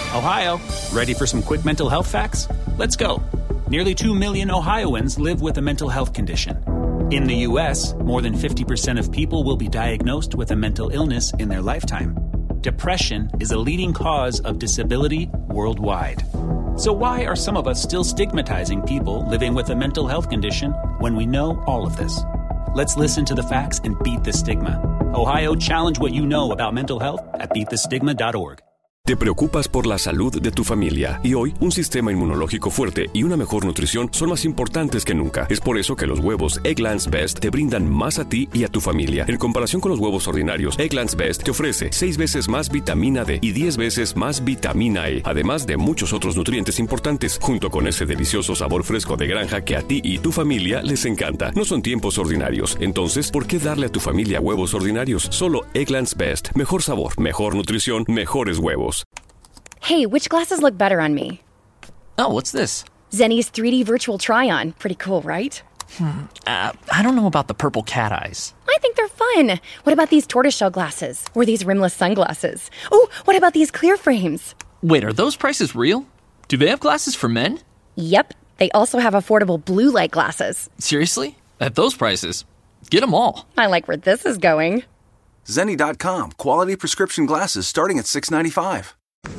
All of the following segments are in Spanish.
Ohio, ready for some quick mental health facts? Let's go. Nearly 2 million Ohioans live with a mental health condition. In the U.S., more than 50% of people will be diagnosed with a mental illness in their lifetime. Depression is a leading cause of disability worldwide. So why are some of us still stigmatizing people living with a mental health condition when we know all of this? Let's listen to the facts and beat the stigma. Ohio, challenge what you know about mental health at beatthestigma.org. Te preocupas por la salud de tu familia y hoy un sistema inmunológico fuerte y una mejor nutrición son más importantes que nunca. Es por eso que los huevos Eggland's Best te brindan más a ti y a tu familia. En comparación con los huevos ordinarios, Eggland's Best te ofrece 6 veces más vitamina D y 10 veces más vitamina E, además de muchos otros nutrientes importantes, junto con ese delicioso sabor fresco de granja que a ti y tu familia les encanta. No son tiempos ordinarios, entonces, ¿por qué darle a tu familia huevos ordinarios? Solo Eggland's Best. Mejor sabor, mejor nutrición, mejores huevos. Hey, which glasses look better on me? Oh, what's this? Zenni's 3D virtual try-on. Pretty cool, right? I don't know about the purple cat eyes. I think they're fun. What about these tortoiseshell glasses? Or these rimless sunglasses? Oh, what about these clear frames? Wait, are those prices real? Do they have glasses for men? Yep. They also have affordable blue light glasses. Seriously? At those prices? Get them all. I like where this is going. Zenni.com. Quality prescription glasses starting at $6.95.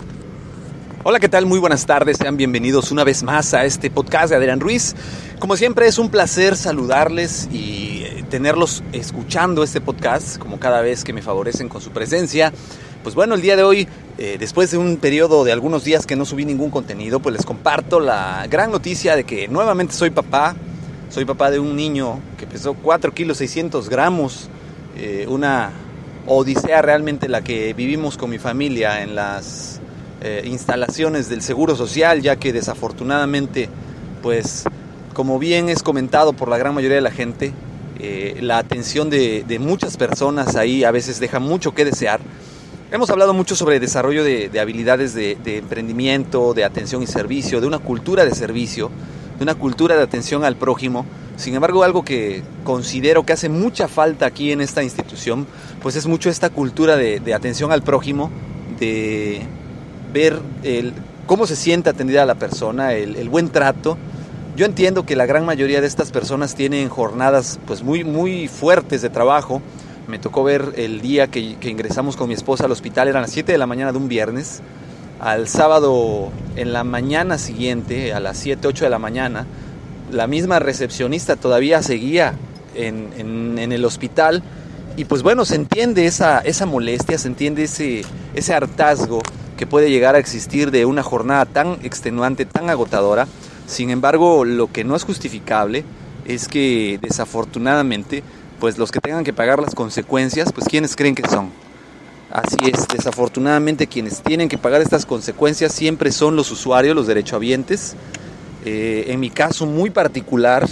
Hola, ¿qué tal? Muy buenas tardes, sean bienvenidos una vez más a este podcast de Adrián Ruiz. Como siempre es un placer saludarles y tenerlos escuchando este podcast, como cada vez que me favorecen con su presencia. Pues bueno, el día de hoy, después de un periodo de algunos días que no subí ningún contenido, pues les comparto la gran noticia de que nuevamente soy papá. Soy papá de un niño que pesó 4 kilos 600 gramos, una odisea realmente la que vivimos con mi familia en las instalaciones del Seguro Social, ya que desafortunadamente, pues como bien es comentado por la gran mayoría de la gente, la atención de muchas personas ahí a veces deja mucho que desear. Hemos hablado mucho sobre desarrollo de habilidades de emprendimiento, de atención y servicio, de una cultura de servicio, de una cultura de atención al prójimo. Sin embargo, algo que considero que hace mucha falta aquí en esta institución, pues es mucho esta cultura de atención al prójimo, de ver cómo se siente atendida a la persona, el buen trato. Yo entiendo que la gran mayoría de estas personas tienen jornadas pues muy, muy fuertes de trabajo. Me tocó ver el día que ingresamos con mi esposa al hospital, eran las 7 de la mañana de un viernes. Al sábado en la mañana siguiente, a las 7, 8 de la mañana, la misma recepcionista todavía seguía en el hospital. Y pues bueno, se entiende esa molestia, se entiende ese hartazgo que puede llegar a existir de una jornada tan extenuante, tan agotadora. Sin embargo, lo que no es justificable es que desafortunadamente, pues los que tengan que pagar las consecuencias, pues ¿quiénes creen que son? Así es, desafortunadamente quienes tienen que pagar estas consecuencias siempre son los usuarios, los derechohabientes. En mi caso muy particular,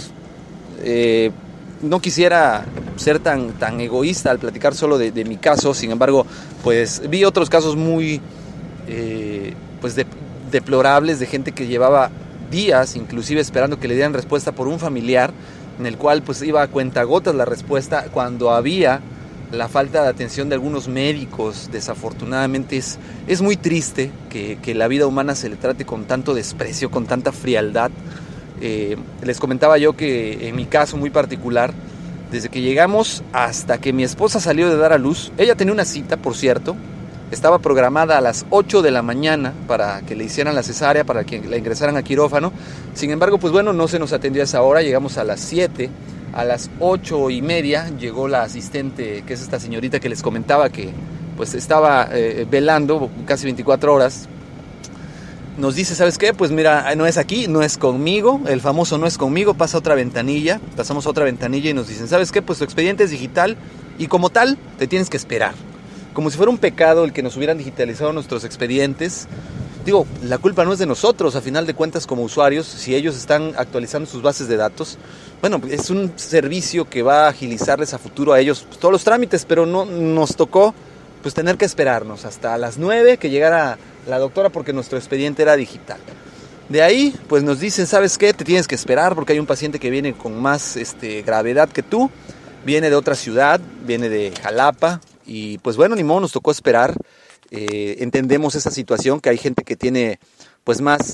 no quisiera ser tan egoísta al platicar solo de mi caso. Sin embargo, pues vi otros casos muy deplorables de gente que llevaba días inclusive esperando que le dieran respuesta por un familiar, en el cual pues iba a cuentagotas la respuesta cuando había la falta de atención de algunos médicos. Desafortunadamente es muy triste que la vida humana se le trate con tanto desprecio, con tanta frialdad. Les comentaba yo que en mi caso muy particular, desde que llegamos hasta que mi esposa salió de dar a luz, ella tenía una cita, por cierto, estaba programada a las 8 de la mañana para que le hicieran la cesárea, para que la ingresaran a quirófano. Sin embargo, pues bueno, no se nos atendió a esa hora, llegamos a las 7, a las 8:30 llegó la asistente, que es esta señorita que les comentaba que pues estaba velando casi 24 horas. Nos dice, ¿sabes qué? Pues mira, no es aquí, no es conmigo, el famoso no es conmigo, pasa a otra ventanilla, pasamos a otra ventanilla y nos dicen, ¿sabes qué? Pues tu expediente es digital y como tal te tienes que esperar. Como si fuera un pecado el que nos hubieran digitalizado nuestros expedientes. Digo, la culpa no es de nosotros, a final de cuentas como usuarios, si ellos están actualizando sus bases de datos. Bueno, es un servicio que va a agilizarles a futuro a ellos pues, todos los trámites, pero no nos tocó pues tener que esperarnos hasta las 9 que llegara la doctora porque nuestro expediente era digital. De ahí, pues nos dicen, ¿sabes qué? Te tienes que esperar porque hay un paciente que viene con más gravedad que tú, viene de otra ciudad, viene de Jalapa y pues bueno, ni modo, nos tocó esperar. Entendemos esa situación, que hay gente que tiene pues más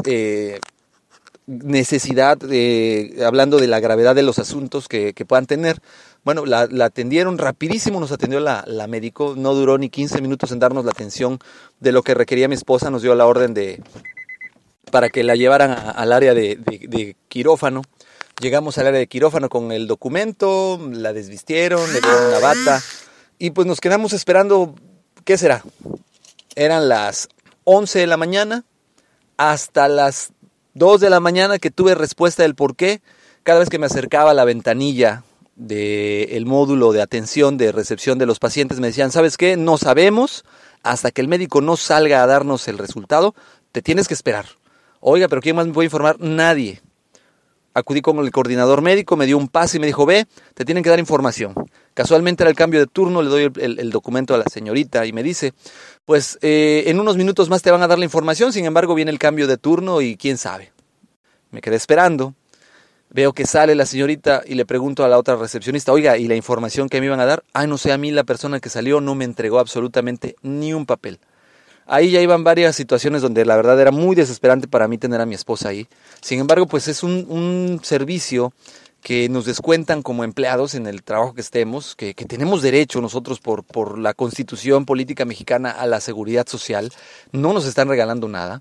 necesidad, hablando de la gravedad de los asuntos que puedan tener. Bueno, la atendieron rapidísimo, nos atendió la médico, no duró ni 15 minutos en darnos la atención de lo que requería mi esposa, nos dio la orden para que la llevaran al área de quirófano. Llegamos al área de quirófano con el documento, la desvistieron, le dieron una bata y pues nos quedamos esperando, ¿qué será? Eran las 11 de la mañana hasta las 2 de la mañana que tuve respuesta del por qué. Cada vez que me acercaba a la ventanilla del módulo de atención de recepción de los pacientes me decían, ¿sabes qué? No sabemos, hasta que el médico no salga a darnos el resultado, te tienes que esperar. Oiga, ¿pero quién más me puede informar? Nadie. Acudí con el coordinador médico, me dio un pase y me dijo, ve, te tienen que dar información. Casualmente era el cambio de turno, le doy el documento a la señorita y me dice, pues en unos minutos más te van a dar la información, sin embargo viene el cambio de turno y quién sabe. Me quedé esperando, veo que sale la señorita y le pregunto a la otra recepcionista, oiga, ¿y la información que me iban a dar? Ay, no sé, a mí la persona que salió no me entregó absolutamente ni un papel. Ahí ya iban varias situaciones donde la verdad era muy desesperante para mí tener a mi esposa ahí. Sin embargo, pues es un servicio que nos descuentan como empleados en el trabajo que estemos, que tenemos derecho nosotros por la Constitución Política Mexicana a la seguridad social. No nos están regalando nada.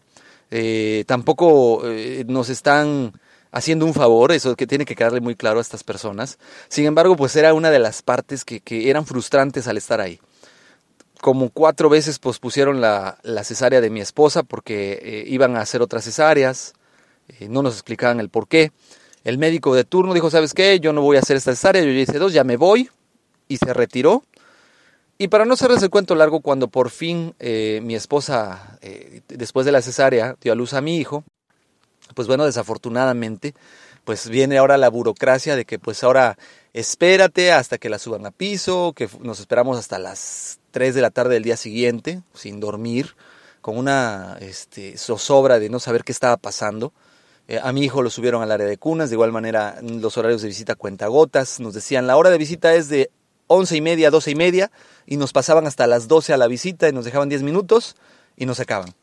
Tampoco nos están haciendo un favor, eso que tiene que quedarle muy claro a estas personas. Sin embargo, pues era una de las partes que eran frustrantes al estar ahí. Como 4 veces pospusieron la cesárea de mi esposa porque iban a hacer otras cesáreas, no nos explicaban el por qué. El médico de turno dijo, ¿sabes qué? Yo no voy a hacer esta cesárea, yo ya hice 2, ya me voy, y se retiró. Y para no hacerles el cuento largo, cuando por fin mi esposa, después de la cesárea, dio a luz a mi hijo, pues bueno, desafortunadamente, pues viene ahora la burocracia de que pues ahora espérate hasta que la suban a piso, que nos esperamos hasta las 3 de la tarde del día siguiente, sin dormir, con una zozobra de no saber qué estaba pasando. A mi hijo lo subieron al área de cunas, de igual manera los horarios de visita cuentagotas, nos decían la hora de visita es de 11:30 a 12:30 y nos pasaban hasta las 12 a la visita y nos dejaban 10 minutos y nos sacaban.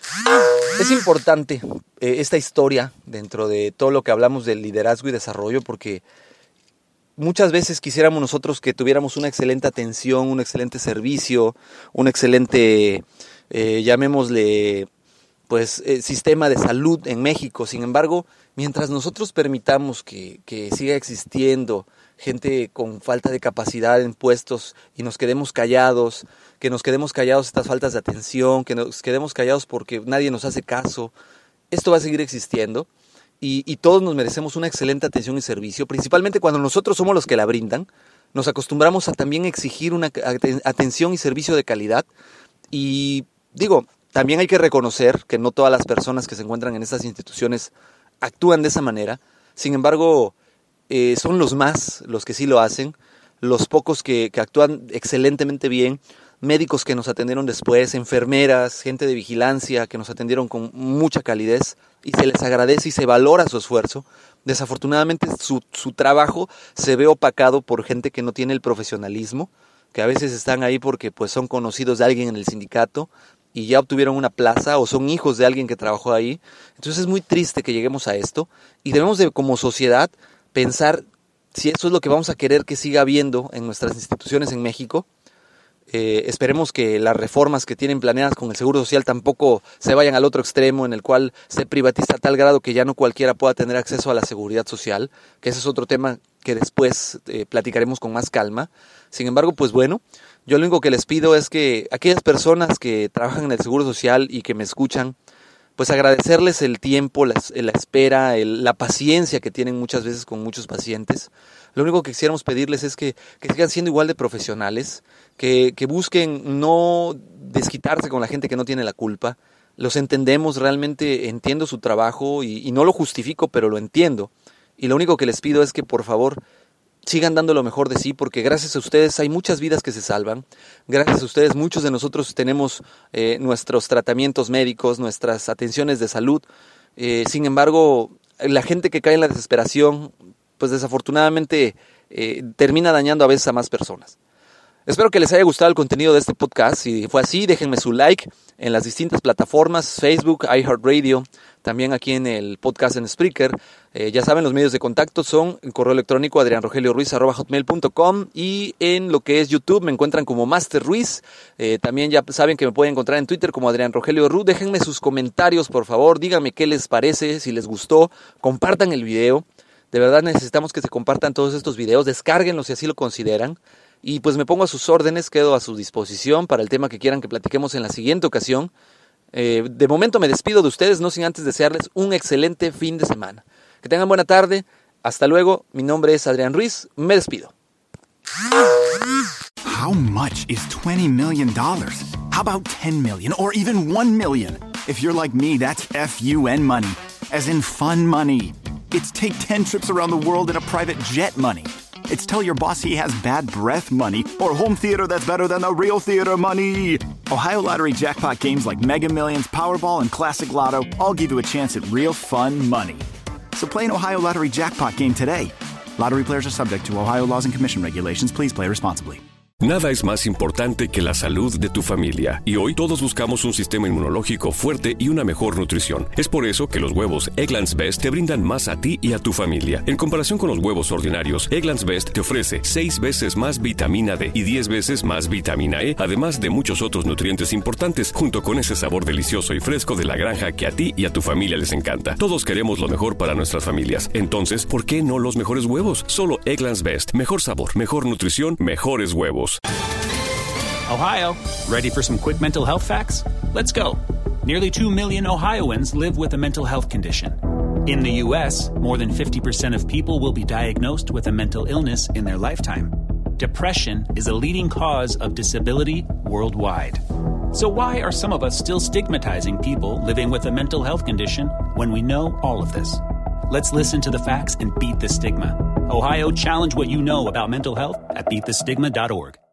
Es importante esta historia dentro de todo lo que hablamos del liderazgo y desarrollo porque muchas veces quisiéramos nosotros que tuviéramos una excelente atención, un excelente servicio, un excelente, llamémosle, pues, sistema de salud en México. Sin embargo, mientras nosotros permitamos que siga existiendo gente con falta de capacidad en puestos y nos quedemos callados, que nos quedemos callados estas faltas de atención, que nos quedemos callados porque nadie nos hace caso, esto va a seguir existiendo. Y todos nos merecemos una excelente atención y servicio, principalmente cuando nosotros somos los que la brindan. Nos acostumbramos a también exigir una atención y servicio de calidad. Y digo, también hay que reconocer que no todas las personas que se encuentran en estas instituciones actúan de esa manera. Sin embargo, son los que sí lo hacen, los pocos que actúan excelentemente bien, médicos que nos atendieron después, enfermeras, gente de vigilancia que nos atendieron con mucha calidez y se les agradece y se valora su esfuerzo. Desafortunadamente su trabajo se ve opacado por gente que no tiene el profesionalismo, que a veces están ahí porque pues son conocidos de alguien en el sindicato y ya obtuvieron una plaza o son hijos de alguien que trabajó ahí. Entonces es muy triste que lleguemos a esto y debemos de como sociedad pensar si eso es lo que vamos a querer que siga habiendo en nuestras instituciones en México. Esperemos que las reformas que tienen planeadas con el Seguro Social tampoco se vayan al otro extremo en el cual se privatiza a tal grado que ya no cualquiera pueda tener acceso a la seguridad social, que ese es otro tema que después platicaremos con más calma. Sin embargo, pues bueno, yo lo único que les pido es que aquellas personas que trabajan en el Seguro Social y que me escuchan, pues agradecerles el tiempo, la espera, la paciencia que tienen muchas veces con muchos pacientes. Lo único que quisiéramos pedirles es que sigan siendo igual de profesionales, que busquen no desquitarse con la gente que no tiene la culpa. Los entendemos, realmente entiendo su trabajo y no lo justifico, pero lo entiendo. Y lo único que les pido es que por favor sigan dando lo mejor de sí, porque gracias a ustedes hay muchas vidas que se salvan. Gracias a ustedes muchos de nosotros tenemos nuestros tratamientos médicos, nuestras atenciones de salud. Sin embargo, la gente que cae en la desesperación, pues desafortunadamente termina dañando a veces a más personas. Espero que les haya gustado el contenido de este podcast. Si fue así, déjenme su like en las distintas plataformas, Facebook, iHeartRadio, también aquí en el podcast en Spreaker. Ya saben, los medios de contacto son el correo electrónico adrianrogelioruiz@hotmail.com y en lo que es YouTube me encuentran como Master Ruiz. También ya saben que me pueden encontrar en Twitter como adrianrogelioru. Déjenme sus comentarios, por favor. Díganme qué les parece, si les gustó. Compartan el video. De verdad necesitamos que se compartan todos estos videos. Descárguenlos si así lo consideran. Y pues me pongo a sus órdenes, quedo a su disposición para el tema que quieran que platiquemos en la siguiente ocasión. De momento me despido de ustedes, no sin antes desearles un excelente fin de semana. Que tengan buena tarde. Hasta luego. Mi nombre es Adrián Ruiz. Me despido. How much is $20 million? How about 10 million or even 1 million? If you're like me, that's FUN money, as in fun money. It's take 10 trips around the world in a private jet money. It's tell your boss he has bad breath money, or home theater that's better than the real theater money. Ohio Lottery jackpot games like Mega Millions, Powerball, and Classic Lotto all give you a chance at real fun money. So play an Ohio Lottery jackpot game today. Lottery players are subject to Ohio laws and commission regulations. Please play responsibly. Nada es más importante que la salud de tu familia, y hoy todos buscamos un sistema inmunológico fuerte y una mejor nutrición. Es por eso que los huevos Eggland's Best te brindan más a ti y a tu familia. En comparación con los huevos ordinarios, Eggland's Best te ofrece 6 veces más vitamina D y 10 veces más vitamina E, además de muchos otros nutrientes importantes, junto con ese sabor delicioso y fresco de la granja que a ti y a tu familia les encanta. Todos queremos lo mejor para nuestras familias. Entonces, ¿por qué no los mejores huevos? Solo Eggland's Best. Mejor sabor, mejor nutrición, mejores huevos. Ohio, ready for some quick mental health facts? Let's go. Nearly 2 million Ohioans live with a mental health condition. In the U.S., more than 50% of people will be diagnosed with a mental illness in their lifetime. Depression is a leading cause of disability worldwide. So why are some of us still stigmatizing people living with a mental health condition when we know all of this? Let's listen to the facts and beat the stigma. Ohio, challenge what you know about mental health at beatthestigma.org.